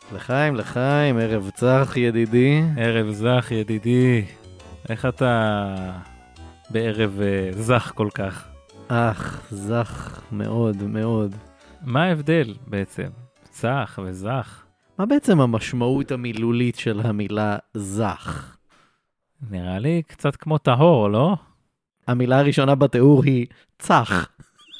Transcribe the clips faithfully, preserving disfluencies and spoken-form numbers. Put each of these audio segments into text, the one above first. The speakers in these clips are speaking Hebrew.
לחיים, לחיים, ערב צח ידידי. ערב זך ידידי, איך אתה בערב uh, זך כל כך? אך, זך מאוד מאוד. מה ההבדל בעצם? צח וזך? מה בעצם המשמעות המילולית של המילה זך? נראה לי קצת כמו טהור, לא? המילה הראשונה בתיאור היא צח.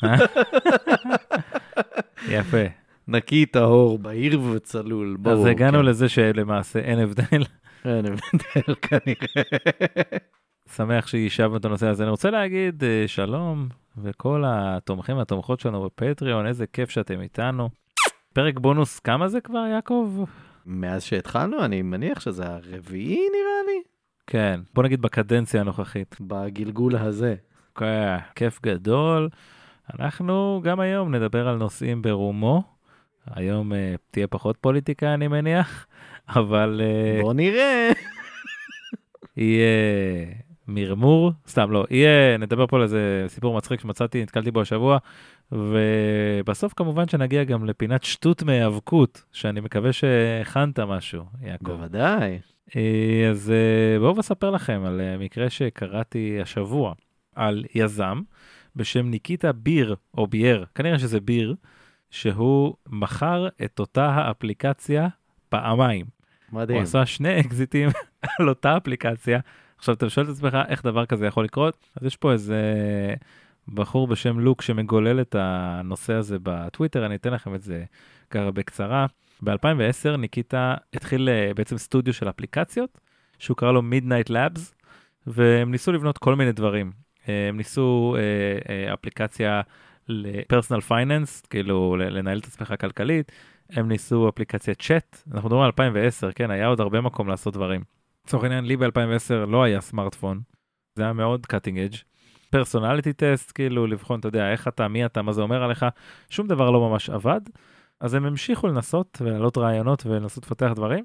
יפה. נקי, טהור, בהיר וצלול, ברור. אז הגענו כן. לזה שלמעשה אין הבדל. אין הבדל כנראה. שמח שישבנו את הנושא הזה. אני רוצה להגיד uh, שלום וכל התומכים והתומכות שלנו בפטריון, איזה כיף שאתם איתנו. פרק בונוס, כמה זה כבר, יעקב? מאז שהתחלנו, אני מניח שזה הרביעי נראה לי. כן, בוא נגיד בקדנציה הנוכחית. בגלגול הזה. כן, כיף גדול. אנחנו גם היום נדבר על נושאים ברומו. היום uh, תהיה פחות פוליטיקה, אני מניח, אבל uh, בוא נראה. יהיה מרמור, סתם לא, יהיה, נדבר פה על איזה סיפור מצחיק שמצאתי, נתקלתי בו השבוע, ובסוף כמובן שנגיע גם לפינת שטות מהיאבקות, שאני מקווה שהכנת משהו, יעקב. בוודאי. אז בואו נספר לכם על מקרה שקראתי השבוע, על יזם בשם ניקיטה ביר, או בייר, כנראה שזה ביר, שהוא מכר את אותה האפליקציה פעמיים. מדהים. הוא עשה שני אקזיטים על אותה אפליקציה. עכשיו אתה שואל את עצמך איך דבר כזה יכול לקרות, אז יש פה איזה בחור בשם לוק שמגולל את הנושא הזה בטוויטר, אני אתן לכם את זה ככה בקצרה. ב-אלפיים ועשר ניקיטה התחיל בעצם סטודיו של אפליקציות, שהוא קרא לו Midnight Labs, והם ניסו לבנות כל מיני דברים. הם ניסו אפליקציה ל-Personal Finance, כאילו לנהל את עצמך כלכלית, הם ניסו אפליקציית צ'אט, אנחנו מדברים על אלפיים ועשר, כן, היה עוד הרבה מקום לעשות דברים. לצורך העניין, לי ב-אלפיים ועשר לא היה סמארטפון, זה היה מאוד cutting edge. פרסונליטי טסט, כאילו לבחון, אתה יודע, איך אתה, מי אתה, מה זה אומר עליך, שום דבר לא ממש עבד, אז הם המשיכו לנסות ולעלות רעיונות ולנסות לפתח דברים,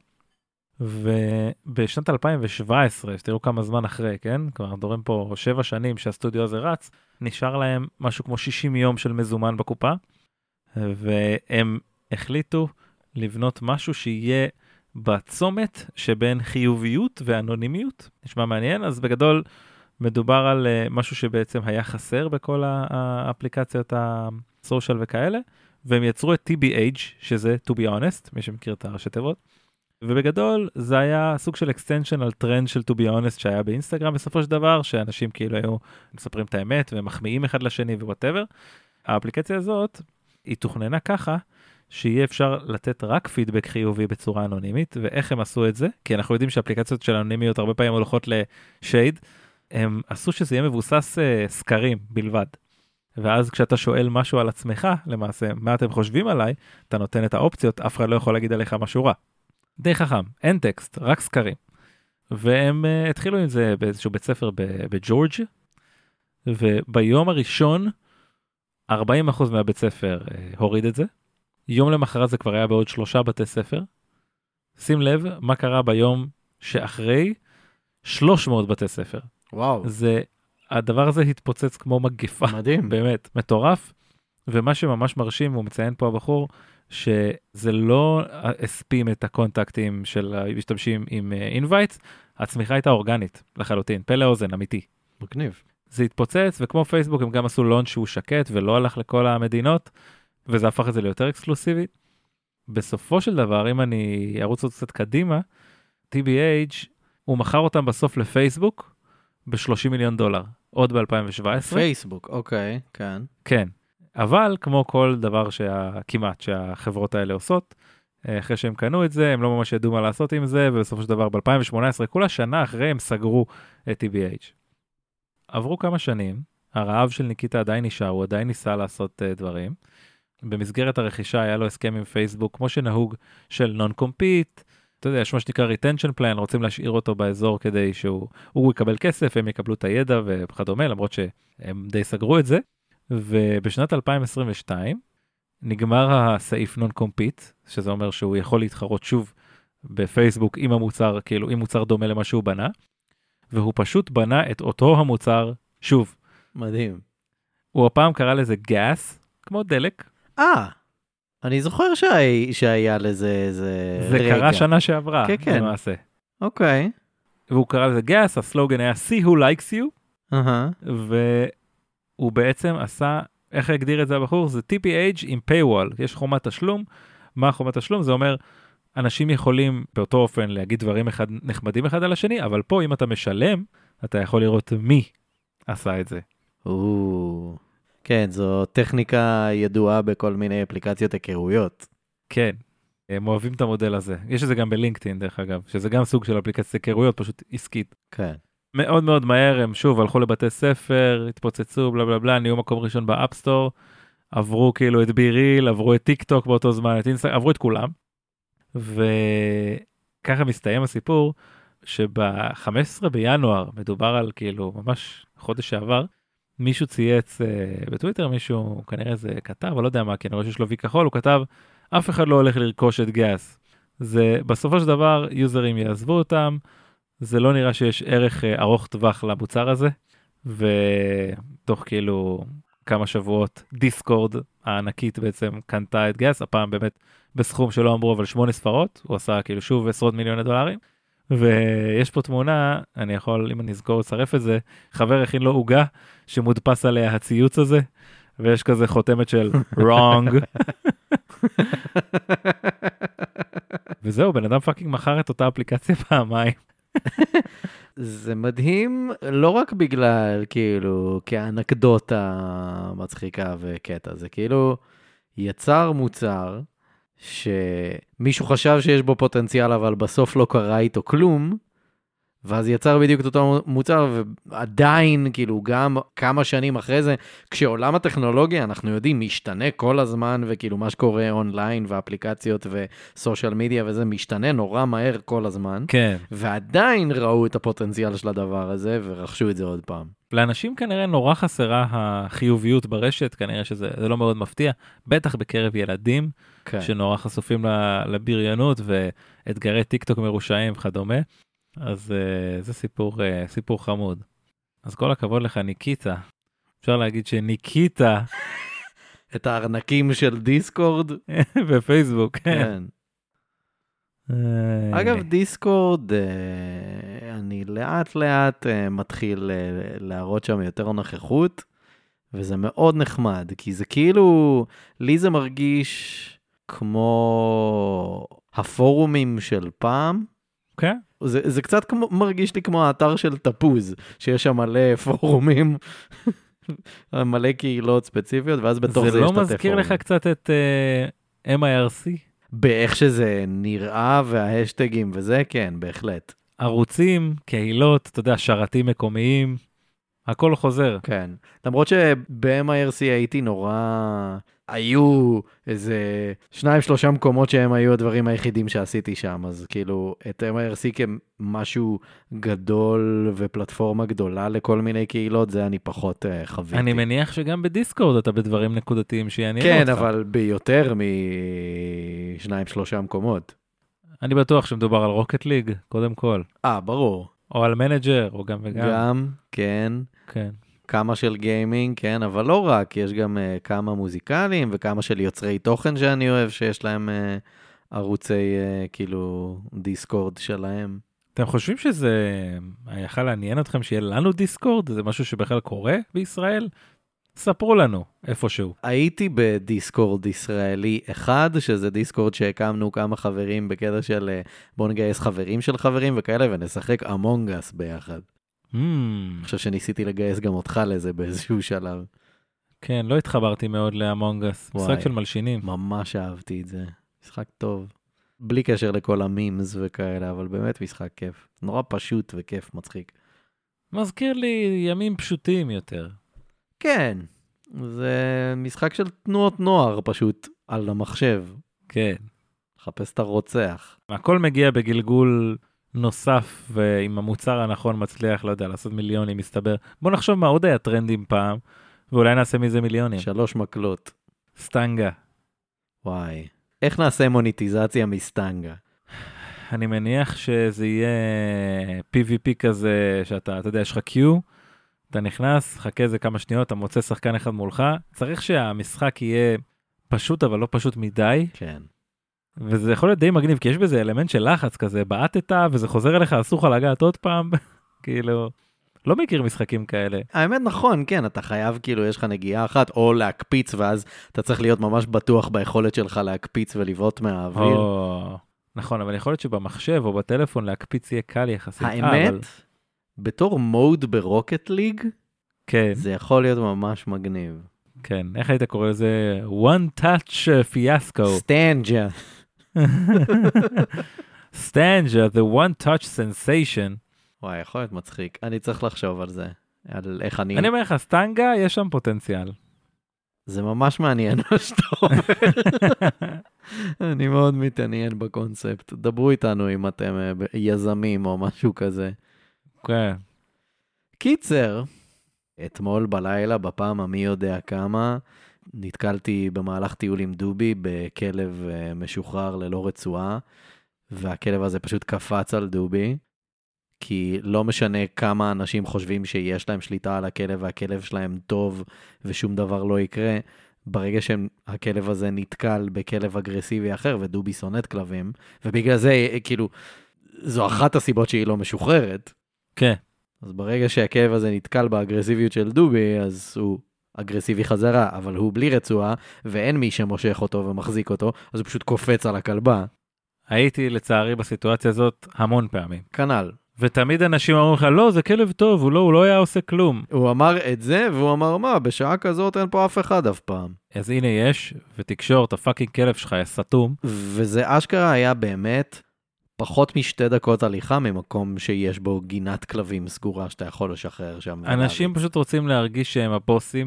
ובשנת אלפיים ושבע עשרה, שתראו כמה זמן אחרי, כן, כבר אנחנו מדברים פה שבע שנים שהסטודיו הזה רץ, נשאר להם משהו כמו שישים יום של מזומן בקופה, והם החליטו לבנות משהו שיהיה בצומת שבין חיוביות ואנונימיות. נשמע מעניין, אז בגדול מדובר על uh, משהו שבעצם היה חסר בכל האפליקציות הסושיאל וכאלה, והם יצרו את טי בי אייץ' שזה to be honest, מי שמכיר את הראשי תיבות, ובגדול זה היה סוג של extension על טרנד של to be honest שהיה באינסטגרם בסופו של דבר, שאנשים כאילו היו מספרים את האמת ומחמיאים אחד לשני ווואטאבר. האפליקציה הזאת היא תוכננה ככה, שיהיה אפשר לתת רק פידבק חיובי בצורה אנונימית, ואיך הם עשו את זה? כי אנחנו יודעים שאפליקציות של אנונימיות הרבה פעמים הולכות לשייד, הם עשו שזה יהיה מבוסס uh, סקרים בלבד. ואז כשאתה שואל משהו על עצמך, למעשה, מה אתם חושבים עליי, אתה נותן את האופציות, אף אחד לא יכול להגיד עליך משהו רע. די חכם, אין טקסט, רק סקרים. והם uh, התחילו עם זה באיזשהו בית ספר בג'ורג', וביום הראשון, ארבעים אחוז מהבית ספר uh, הוריד את זה, יום למחרת זה כבר היה בעוד שלושה בתי ספר. שים לב מה קרה ביום שאחרי שלוש מאות בתי ספר. וואו. זה, הדבר הזה התפוצץ כמו מגפה. מדהים. באמת, מטורף. ומה שממש מרשים, הוא מציין פה הבחור, שזה לא הספים את הקונטקטים של המשתמשים עם אינווייטס, הצמיחה הייתה אורגנית לחלוטין, פלא אוזן, אמיתי. מגניב. זה התפוצץ, וכמו פייסבוק הם גם עשו לונץ' שהוא שקט ולא הלך לכל המדינות, וזה הפך את זה ליותר אקסקלוסיבי. בסופו של דבר, אם אני ארוץ עוד קצת קדימה, טי בי אייץ' הוא מכר אותם בסוף לפייסבוק ב-שלושים מיליון דולר, עוד ב-אלפיים שבע עשרה. פייסבוק, אוקיי, כן. כן, אבל כמו כל דבר כמעט שהחברות האלה עושות, אחרי שהם קנו את זה, הם לא ממש ידעו מה לעשות עם זה, ובסופו של דבר ב-אלפיים שמונה עשרה, כולה שנה אחרי הם סגרו את טי בי אייץ'. עברו כמה שנים, הרעב של ניקיטה עדיין נשאר, הוא עדיין ניסה לעשות uh, דברים, במסגרת הרכישה היה לו הסכם עם פייסבוק, כמו שנהוג של נון-קומפיט, אתה יודע, יש מה שנקרא retention plan, רוצים להשאיר אותו באזור כדי שהוא הוא יקבל כסף, הם יקבלו את הידע וכדומה, למרות שהם די סגרו את זה, ובשנת אלפיים עשרים ושתיים נגמר הסעיף נון-קומפיט, שזה אומר שהוא יכול להתחרות שוב בפייסבוק עם המוצר, כאילו עם מוצר דומה למה שהוא בנה, והוא פשוט בנה את אותו המוצר שוב. מדהים. הוא הפעם קרא לזה גאס, כמו דלק, אה, אני זוכר שהיה, שהיה לזה איזה זה רגע. קרה שנה שעברה, כן, כן. למעשה. אוקיי. והוא קרא לזה גס, הסלוגן היה See who likes you, אהה. והוא בעצם עשה, איך הגדיר את זה הבחור? זה טי פי אייץ' עם paywall, יש חומת תשלום. מה חומת תשלום? זה אומר, אנשים יכולים באותו אופן להגיד דברים אחד, נחמדים אחד על השני, אבל פה אם אתה משלם, אתה יכול לראות מי עשה את זה. או, כן, זו טכניקה ידועה בכל מיני אפליקציות היכרויות. כן, הם אוהבים את המודל הזה. יש את זה גם בלינקדאין דרך אגב, שזה גם סוג של אפליקציה היכרויות, פשוט עסקית. כן. מאוד מאוד מהר הם שוב הלכו לבתי ספר, התפוצצו בלה בלה בלה, נהיו מקום ראשון באפסטור, עברו כאילו את ביריל, עברו את טיק טוק באותו זמן, את אינסטגרם, עברו את כולם. וככה מסתיים הסיפור, שב-חמישה עשר בינואר, מדובר על כאילו ממש חודש שעבר, מישהו צייץ uh, בטוויטר, מישהו כנראה זה כתב, אבל לא יודע מה, כי אני רואה שיש לו וי כחול, הוא כתב, אף אחד לא הולך לרכוש את גס. זה בסופו של דבר, יוזרים יעזבו אותם, זה לא נראה שיש ערך uh, ארוך טווח למוצר הזה, ותוך כאילו כמה שבועות, דיסקורד הענקית בעצם קנתה את גס, הפעם באמת בסכום שלא אמרו, אבל שמונה ספרות, הוא עשה כאילו שוב עשרות מיליוני דולרים, ויש פה תמונה, אני יכול, אם אני אזכור לצרף את זה, חבר הכין לו עוגה שמודפס עליה הציוץ הזה, ויש כזה חותמת של wrong. וזהו, בן אדם פאקינג מכר את אותה אפליקציה פעמיים. זה מדהים, לא רק בגלל, כאילו, כאנקדוטה מצחיקה וקטע, זה כאילו יצר מוצר, שמישהו חשב שיש בו פוטנציאל, אבל בסוף לא קרה איתו כלום, ואז יצר בדיוק את אותו מוצר, ועדיין, כאילו, גם כמה שנים אחרי זה, כשעולם הטכנולוגיה, אנחנו יודעים, משתנה כל הזמן, וכאילו, מה שקורה אונליין, ואפליקציות, וסושיאל מדיה, וזה משתנה נורא מהר כל הזמן. כן. ועדיין ראו את הפוטנציאל של הדבר הזה, ורכשו את זה עוד פעם. לאנשים כנראה נורא חסרה החיוביות ברשת, כנראה שזה לא מאוד מפתיע, בטח בקרב ילדים, כן. שנורא חשופים לבריונות, ואתגרי טיק טוק מרושעים וכדומה. אז uh, זה סיפור, uh, סיפור חמוד. אז כל הכבוד לך, ניקיטה. אפשר להגיד שניקיטה... את הארנקים של דיסקורד? בפייסבוק, כן. אגב, דיסקורד, אני לאט לאט מתחיל להראות שם יותר נוכחות, וזה מאוד נחמד, כי זה כאילו, לי זה מרגיש כמו הפורומים של פעם. כן. זה, זה קצת כמו, מרגיש לי כמו האתר של תפוז, שיש שם מלא פורומים, מלא קהילות ספציפיות, ואז בתוך זה, זה יש את הפורומים. זה לא מזכיר לך קצת את uh, אם איי אר סי? באיך שזה נראה, וההשטגים וזה, כן, בהחלט. ערוצים, קהילות, אתה יודע, שרתים מקומיים, הכל חוזר. כן. למרות שב-אם איי אר סי הייתי נורא... היו איזה שניים, שלושה מקומות שהם היו הדברים היחידים שעשיתי שם, אז כאילו, את אם איי אר סי כמשהו גדול ופלטפורמה גדולה לכל מיני קהילות, זה אני פחות uh, חוויתי. אני מניח שגם בדיסקורד אתה בדברים נקודתיים שיעניינו כן, אותך. אבל ביותר משניים, שלושה מקומות. אני בטוח שמדובר על רוקט ליג, קודם כל. אה, ברור. או על מנג'ר, או גם וגם. גם, כן. כן. כמה של גיימינג, כן, אבל לא רק, יש גם uh, כמה מוזיקליים וכמה של יוצרי תוכן שאני אוהב, שיש להם uh, ערוצי uh, כאילו דיסקורד שלהם. אתם חושבים שזה יכול לעניין אתכם שיהיה לנו דיסקורד? זה משהו שבכלל קורה בישראל? ספרו לנו איפשהו. הייתי בדיסקורד ישראלי אחד, שזה דיסקורד שהקמנו כמה חברים בקטע של בוא נגייס חברים של חברים וכאלה, ונשחק אמונג אס ביחד. Mm. אני חושב שניסיתי לגייס גם אותך לזה באיזשהו שלב. כן, לא התחברתי מאוד לאמונג אס, משחק של מלשינים. ממש אהבתי את זה, משחק טוב. בלי קשר לכל המימס וכאלה, אבל באמת משחק כיף. נורא פשוט וכיף, מצחיק. מזכיר לי ימים פשוטים יותר. כן, זה משחק של תנועות נוער פשוט על המחשב. כן. לחפש את הרוצח. הכל מגיע בגלגול נוסף, ועם המוצר הנכון מצליח, לא יודע, לעשות מיליונים, מסתבר. בוא נחשוב מה עוד היה טרנדים פעם, ואולי נעשה מזה מיליונים. שלוש מקלות. סטנגה. וואי. איך נעשה מוניטיזציה מסטנגה? אני מניח שזה יהיה פי וי פי כזה, שאתה, אתה יודע, יש לך קיו, אתה נכנס, חכה איזה כמה שניות, אתה מוצא שחקן אחד מולך, צריך שהמשחק יהיה פשוט אבל לא פשוט מדי. כן. וזה יכול להיות די מגניב, כי יש בזה אלמנט של לחץ כזה, בעטת וזה חוזר אליך, אסור לך לגעת עוד פעם, כאילו, לא מכיר משחקים כאלה. האמת נכון, כן, אתה חייב, כאילו, יש לך נגיעה אחת, או להקפיץ, ואז אתה צריך להיות ממש בטוח ביכולת שלך להקפיץ ולבעוט מהאוויר. או... נכון, אבל יכול להיות שבמחשב או בטלפון להקפיץ יהיה קל יחסית. האמת, אבל... בתור מוד ברוקט ליג, כן. זה יכול להיות ממש מגניב. כן, איך היית קורא לזה? One touch fiasco. סטנג'ה. סטנג'ה, the one touch sensation. וואי, יכול להיות מצחיק. אני צריך לחשוב על זה. על איך אני... אני אומר לך, סטנגה, יש שם פוטנציאל. זה ממש מעניין מה שאתה אומר. אני מאוד מתעניין בקונספט. דברו איתנו אם אתם יזמים או משהו כזה. כן. קיצר, אתמול בלילה, בפעם המי יודע כמה, נתקלתי במהלך טיול עם דובי בכלב משוחרר ללא רצועה, והכלב הזה פשוט קפץ על דובי, כי לא משנה כמה אנשים חושבים שיש להם שליטה על הכלב, והכלב שלהם טוב ושום דבר לא יקרה, ברגע שהכלב הזה נתקל בכלב אגרסיבי אחר, ודובי שונאת כלבים, ובגלל זה, כאילו, זו אחת הסיבות שהיא לא משוחררת. כן. אז ברגע שהכלב הזה נתקל באגרסיביות של דובי, אז הוא אגרסיבי חזרה, אבל הוא בלי רצועה, ואין מי שמושך אותו ומחזיק אותו, אז הוא פשוט קופץ על הכלבה. הייתי לצערי בסיטואציה הזאת המון פעמים. כנ"ל. ותמיד אנשים אמרו לך, לא, זה כלב טוב, הוא לא, הוא לא היה עושה כלום. הוא אמר את זה, והוא אמר, מה, בשעה כזאת אין פה אף אחד אף פעם. אז הנה יש, ותקשור את הפאקינג כלב שלך, יש סתום. וזה אשכרה היה באמת פחות משתי דקות הליכה ממקום שיש בו גינת כלבים סגורה שאתה יכול לשחרר שם. אנשים פשוט רוצים להרגיש שהם הבוסים,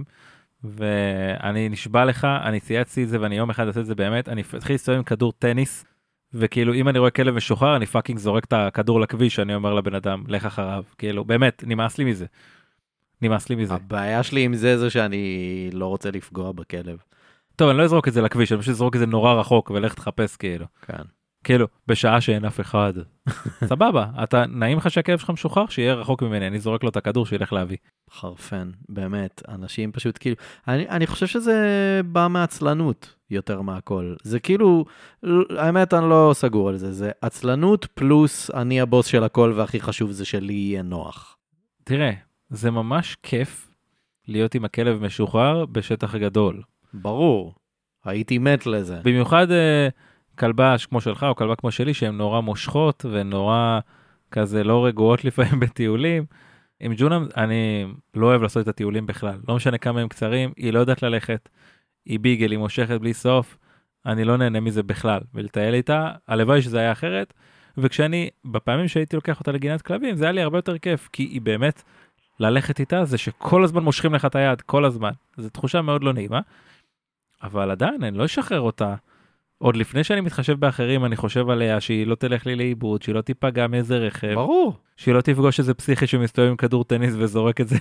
ואני נשבע לך, אני צייצתי את זה, ואני יום אחד אעשה את זה באמת, אני אתחיל להסתובב עם כדור טניס, וכאילו אם אני רואה כלב משוחרר, אני פאקינג זורק את הכדור לכביש, אני אומר לבן אדם, לך אחריו, כאילו, באמת, נמאס לי מזה. נמאס לי מזה. הבעיה שלי עם זה זה שאני לא רוצה לפגוע בכלב. טוב, אני לא אזרוק את זה לכביש, אני פשוט אזרוק את זה נורא רחוק, ולך תחפש כאילו. כן. כאילו, בשעה שאין אף אחד. סבבה, אתה נעים לך שהכלב שלך משוחרר, שיהיה רחוק ממני, אני זורק לו את הכדור, שילך להביא. חרפן, באמת, אנשים פשוט כאילו, אני, אני חושב שזה בא מעצלנות יותר מהכל. זה כאילו, האמת אני לא סגור על זה, זה עצלנות פלוס אני הבוס של הכל, והכי חשוב זה שלי יהיה נוח. תראה, זה ממש כיף להיות עם הכלב משוחרר בשטח גדול. ברור, הייתי מת לזה. במיוחד כלבה כמו שלך או כלבה כמו שלי, שהן נורא מושכות ונורא כזה לא רגועות לפעמים בטיולים. עם ג'ונה אני לא אוהב לעשות את הטיולים בכלל, לא משנה כמה הם קצרים, היא לא יודעת ללכת, היא ביגל, היא מושכת בלי סוף, אני לא נהנה מזה בכלל, ולטייל איתה, הלוואי שזה היה אחרת, וכשאני, בפעמים שהייתי לוקח אותה לגינת כלבים, זה היה לי הרבה יותר כיף, כי היא באמת, ללכת איתה זה שכל הזמן מושכים לך את היד, כל הזמן, זו תחושה מאוד לא נעימה, אבל עדיין אני לא אשחרר אותה, עוד לפני שאני מתחשב באחרים, אני חושב עליה שהיא לא תלך לי לאיבוד, שהיא לא תיפגע מאיזה רכב. ברור. שהיא לא תפגוש איזה פסיכי שמסתובב עם כדור טניס וזורק את זה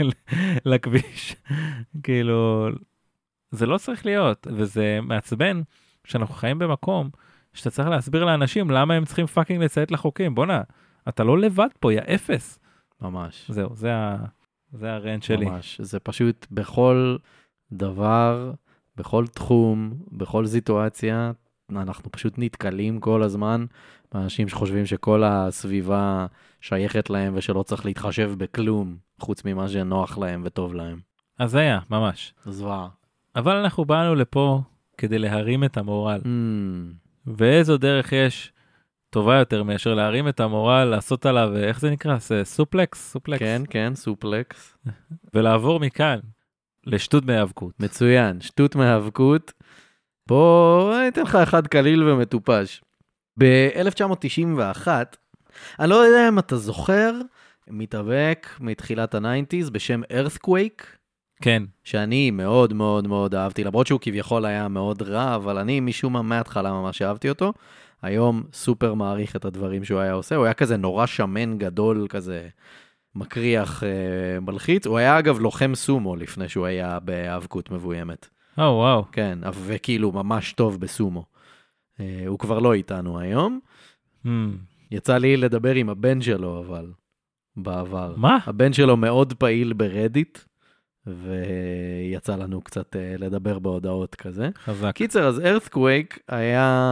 לכביש. כאילו, זה לא צריך להיות, וזה מעצבן שאנחנו חיים במקום שאתה צריך להסביר לאנשים למה הם צריכים פאקינג לציית לחוקים. בוא נע, אתה לא לבד פה, יא אפס. ממש. זהו, זה, ה... זה הרנט שלי. ממש, זה פשוט בכל דבר... בכל תחום, בכל סיטואציה, אנחנו פשוט נתקלים כל הזמן באנשים שחושבים שכל הסביבה שייכת להם ושלא צריך להתחשב בכלום, חוץ ממה שנוח להם וטוב להם. אז זה היה, ממש. זוועה. אבל אנחנו באנו לפה כדי להרים את המורל. Mm. ואיזו דרך יש טובה יותר מאשר להרים את המורל, לעשות עליו, איך זה נקרא? זה סופלקס? סופלקס. כן, כן, סופלקס. ולעבור מכאן. לשטות מהאבקות. מצוין, שטות מהאבקות. בוא, אני אתן לך אחד קליל ומטופש. ב-אלף תשע מאות תשעים ואחת, אני לא יודע אם אתה זוכר, מתאבק מתחילת ה-תשעים בשם Earthquake. כן. שאני מאוד מאוד מאוד אהבתי, למרות שהוא כביכול היה מאוד רע, אבל אני משום מה מההתחלה ממש אהבתי אותו. היום סופר מעריך את הדברים שהוא היה עושה. הוא היה כזה נורא שמן גדול כזה. מקריח אה, מלחיץ, הוא היה אגב לוחם סומו לפני שהוא היה באבקות מבוימת. או oh, וואו. Wow. כן, וכאילו ממש טוב בסומו. אה, הוא כבר לא איתנו היום. Hmm. יצא לי לדבר עם הבן שלו אבל, בעבר. מה? הבן שלו מאוד פעיל ברדיט, ויצא לנו קצת לדבר בהודעות כזה. חזק. קיצר, אז Earthquake היה,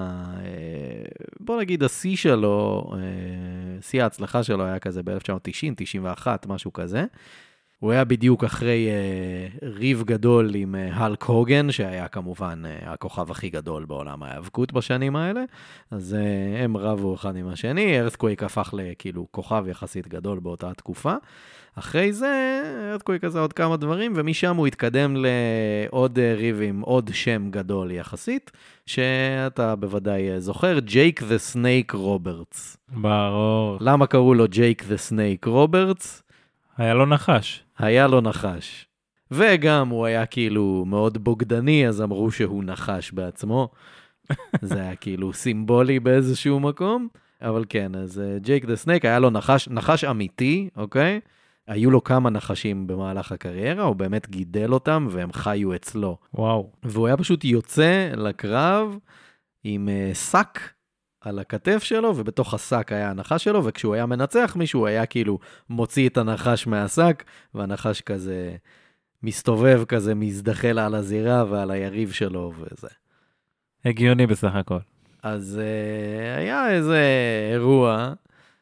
בוא נגיד, השיא שלו, שיא ההצלחה שלו היה כזה ב-אלף תשע מאות תשעים, תשעים ואחת, משהו כזה. הוא היה בדיוק אחרי uh, ריב גדול עם uh, הלק הוגן, שהיה כמובן uh, הכוכב הכי גדול בעולם ההיאבקות בשנים האלה, אז uh, הם רבו אחד עם השני, ארת'קווייק הפך לכאילו כוכב יחסית גדול באותה תקופה. אחרי זה, ארת'קווייק עשה עוד כמה דברים, ומשם הוא התקדם לעוד uh, ריב עם עוד שם גדול יחסית, שאתה בוודאי זוכר, ג'ייק דה סנייק רוברטס. ברור. למה קראו לו ג'ייק דה סנייק רוברטס? היה לו נחש. היה לו נחש. וגם הוא היה כאילו מאוד בוגדני, אז אמרו שהוא נחש בעצמו. זה היה כאילו סימבולי באיזשהו מקום. אבל כן, אז ג'ייק דה סנייק היה לו נחש, נחש אמיתי, אוקיי? היו לו כמה נחשים במהלך הקריירה, הוא באמת גידל אותם והם חיו אצלו. וואו. והוא היה פשוט יוצא לקרב עם uh, סק על הכתף שלו, ובתוך הסק היה הנחש שלו, וכשהוא היה מנצח מישהו, הוא היה כאילו מוציא את הנחש מהסק, והנחש כזה מסתובב כזה, מזדחל על הזירה ועל היריב שלו וזה. הגיוני בסך הכל. אז uh, היה איזה אירוע,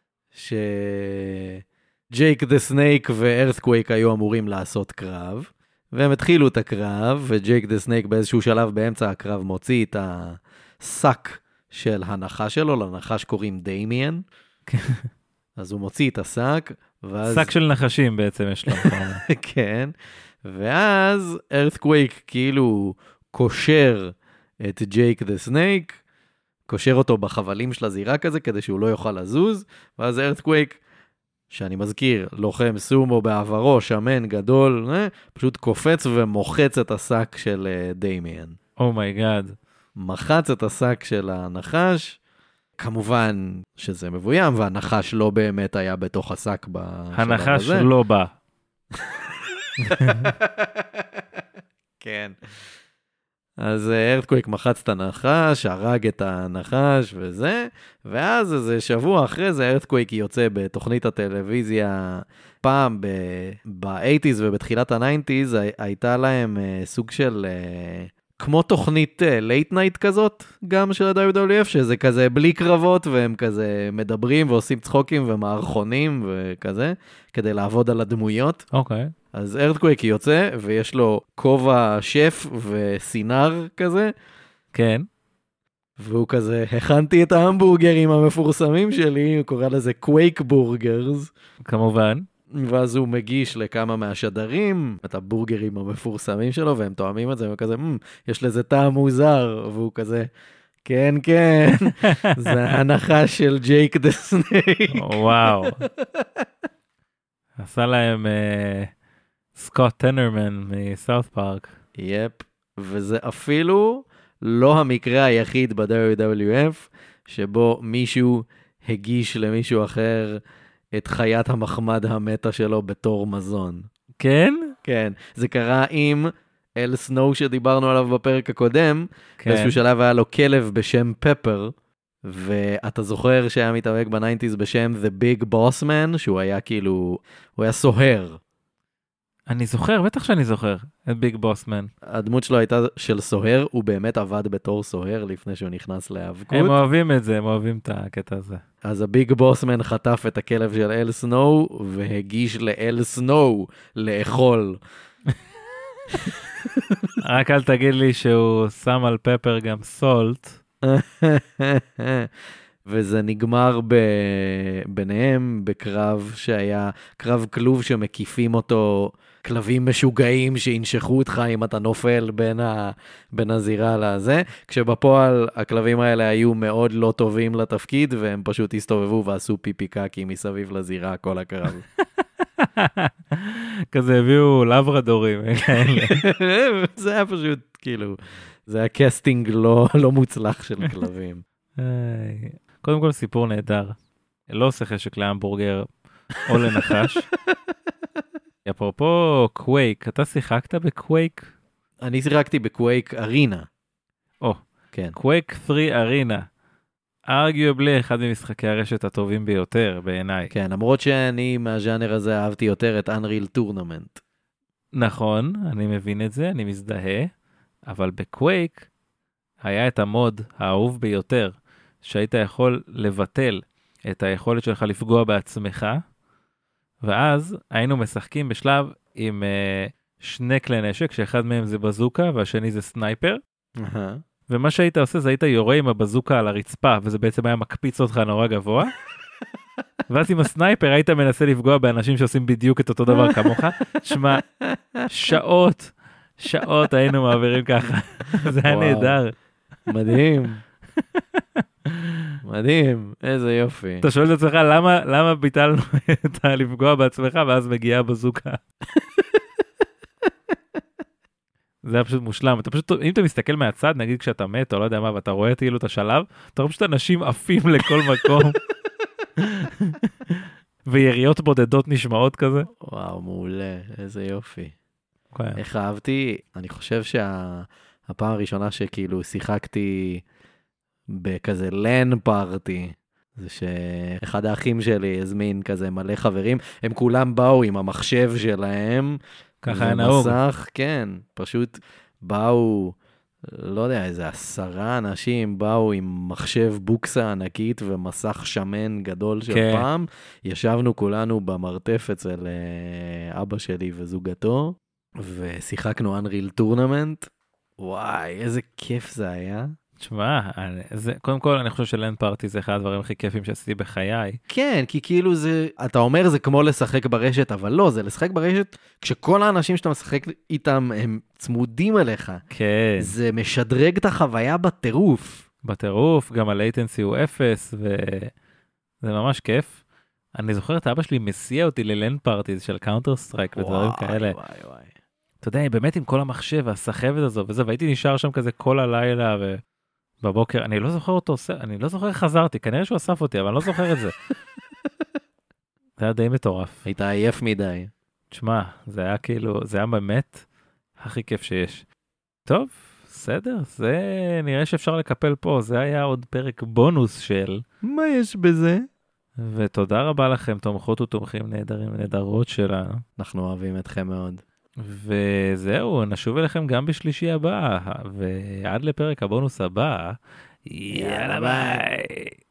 שג'ייק דה סנייק וארת'קווייק היו אמורים לעשות קרב, והם התחילו את הקרב, וג'ייק דה סנייק באיזשהו שלב באמצע הקרב מוציא את הסק של הנחש שלו, לנחש קוראים דיימיאן. אז הוא מוציא את הסק, ואז... סק של נחשים בעצם יש לו. כן, ואז ארת'קווייק כאילו קושר את ג'ייק דה סנייק, קושר אותו בחבלים של הזירה כזה, כדי שהוא לא יוכל לזוז, ואז ארת'קווייק, שאני מזכיר, לוחם סומו בעברו, שמן גדול, פשוט קופץ ומוחץ את הסק של דיימיאן. אומייגאד. מחץ את הסק של הנחש, כמובן שזה מבוים, והנחש לא באמת היה בתוך הסק בשלב הזה. הנחש לא בא. כן. אז ארת'קווייק מחץ את הנחש, הרג את הנחש וזה, ואז איזה שבוע אחרי זה ארת'קווייק יוצא בתוכנית הטלוויזיה, פעם ב-שמונים ובתחילת ה-תשעים הייתה להם סוג של... כמו תוכנית לייט נייט כזאת, גם של ה-דאבליו דאבליו אף, שזה כזה בלי קרבות, והם כזה מדברים ועושים צחוקים ומערכונים וכזה, כדי לעבוד על הדמויות. אוקיי. Okay. אז ארת'קווייק יוצא, ויש לו כובע שף וסינר כזה. כן. והוא כזה, הכנתי את ההמבורגרים המפורסמים שלי, הוא קורא לזה קווייק בורגרס. כמובן. ואז הוא מגיש לכמה מהשדרים את הבורגרים המפורסמים שלו, והם תואמים את זה, וכזה, יש לזה טעם מוזר, והוא כזה, כן, כן, זה הנחש של ג'ייק דה סנייק. וואו. עשה להם סקוט טנרמן מסאות' פארק. יפ, וזה אפילו לא המקרה היחיד ב-דאבליו דאבליו אף, שבו מישהו הגיש למישהו אחר, את חיית המחמד המתה שלו בתור מזון. כן? כן. זה קרה עם אל סנואו שדיברנו עליו בפרק הקודם. כן. באיזשהו שלב היה לו כלב בשם פפר, ואתה זוכר שהיה מתאבק ב-תשעים בשם The Big Boss Man, שהוא היה כאילו, הוא היה סוהר. אני זוכר, בטח שאני זוכר, את ביג בוסמן. הדמות שלו הייתה של סוהר, הוא באמת עבד בתור סוהר לפני שהוא נכנס להיאבקות. הם אוהבים את זה, הם אוהבים את הקטע הזה. אז הביג בוסמן חטף את הכלב של אל סנואו, והגיש לאל סנואו לאכול. רק אל תגיד לי שהוא שם על פפר גם סולט. וזה נגמר ב... ביניהם בקרב שהיה קרב כלוב שמקיפים אותו כלבים משוגעים שינשכו אותך אם אתה נופל בין, ה... בין הזירה לזה, כשבפועל הכלבים האלה היו מאוד לא טובים לתפקיד, והם פשוט הסתובבו ועשו פיפי קקי מסביב לזירה כל הקרב. כזה הביאו לברדורים. זה היה פשוט כאילו, זה היה קסטינג לא, לא מוצלח של כלבים. קודם כל סיפור נהדר. לא עושה חשק להמבורגר או לנחש. אפרופו קווייק, אתה שיחקת בקווייק? אני שיחקתי בקווייק ארינה. או, כן. קווייק שלוש ארינה. ארגיובלי אחד ממשחקי הרשת הטובים ביותר בעיניי. כן, למרות שאני מהז'אנר הזה אהבתי יותר את Unreal Tournament. נכון, אני מבין את זה, אני מזדהה, אבל בקווייק היה את המוד האהוב ביותר, שהיית יכול לבטל את היכולת שלך לפגוע בעצמך, ואז היינו משחקים בשלב עם uh, שני כלי נשק, שאחד מהם זה בזוקה והשני זה סנייפר, ומה שהיית עושה זה היית יורה עם הבזוקה על הרצפה, וזה בעצם היה מקפיץ אותך נורא גבוה, ואז עם הסנייפר היית מנסה לפגוע באנשים שעושים בדיוק את אותו דבר כמוך. תשמע, שעות, שעות היינו מעבירים ככה, זה היה נהדר. מדהים. מדהים, איזה יופי. אתה שואל את עצמך, למה, למה ביטלנו את הלפגוע בעצמך, ואז מגיעה בזוקה? זה היה פשוט מושלם. אתה פשוט, אם אתה מסתכל מהצד, נגיד כשאתה מת, או לא יודע מה, ואתה רואה כאילו את השלב, אתה רואה פשוט אנשים עפים לכל מקום. ויריות בודדות נשמעות כזה. וואו, מעולה, איזה יופי. Okay. איך אהבתי, אני חושב שהפעם הראשונה שכאילו שיחקתי בכזה לן פארטי, זה שאחד האחים שלי הזמין כזה מלא חברים, הם כולם באו עם המחשב שלהם. ככה היה נהוג. ומסך, כן, פשוט באו, לא יודע, איזה עשרה אנשים באו עם מחשב בוקסה ענקית ומסך שמן גדול של כן. פעם. ישבנו כולנו במרתף אצל אבא שלי וזוגתו, ושיחקנו Unreal Tournament. וואי, איזה כיף זה היה. תשמע, זה, קודם כל אני חושב שלן פארטי זה אחד הדברים הכי כיפים שעשיתי בחיי. כן, כי כאילו זה, אתה אומר זה כמו לשחק ברשת, אבל לא, זה לשחק ברשת כשכל האנשים שאתה משחק איתם הם צמודים אליך. כן. זה משדרג את החוויה בטירוף. בטירוף, גם ה-latency הוא אפס, וזה ממש כיף. אני זוכר את אבא שלי מסיע אותי ללן פארטי של קאונטר סטרייק ודברים כאלה. וואי וואי. אתה יודע, באמת עם כל המחשב והסחבת הזו וזה, והייתי נשאר שם כזה כל הלילה ו... בבוקר, אני לא זוכר אותו, אני לא זוכר איך חזרתי, כנראה שהוא אסף אותי, אבל אני לא זוכר את זה. זה היה די מטורף. היית עייף מדי. תשמע, זה היה כאילו, זה היה באמת הכי כיף שיש. טוב, בסדר, זה נראה שאפשר לקפל פה, זה היה עוד פרק בונוס של... מה יש בזה? ותודה רבה לכם, תומכות ותומכים נהדרים ונהדרות שלנו. אנחנו אוהבים אתכם מאוד. וזהו, נשוב אליכם גם בשלישי הבא, ועד לפרק הבונוס הבא, יאללה ביי.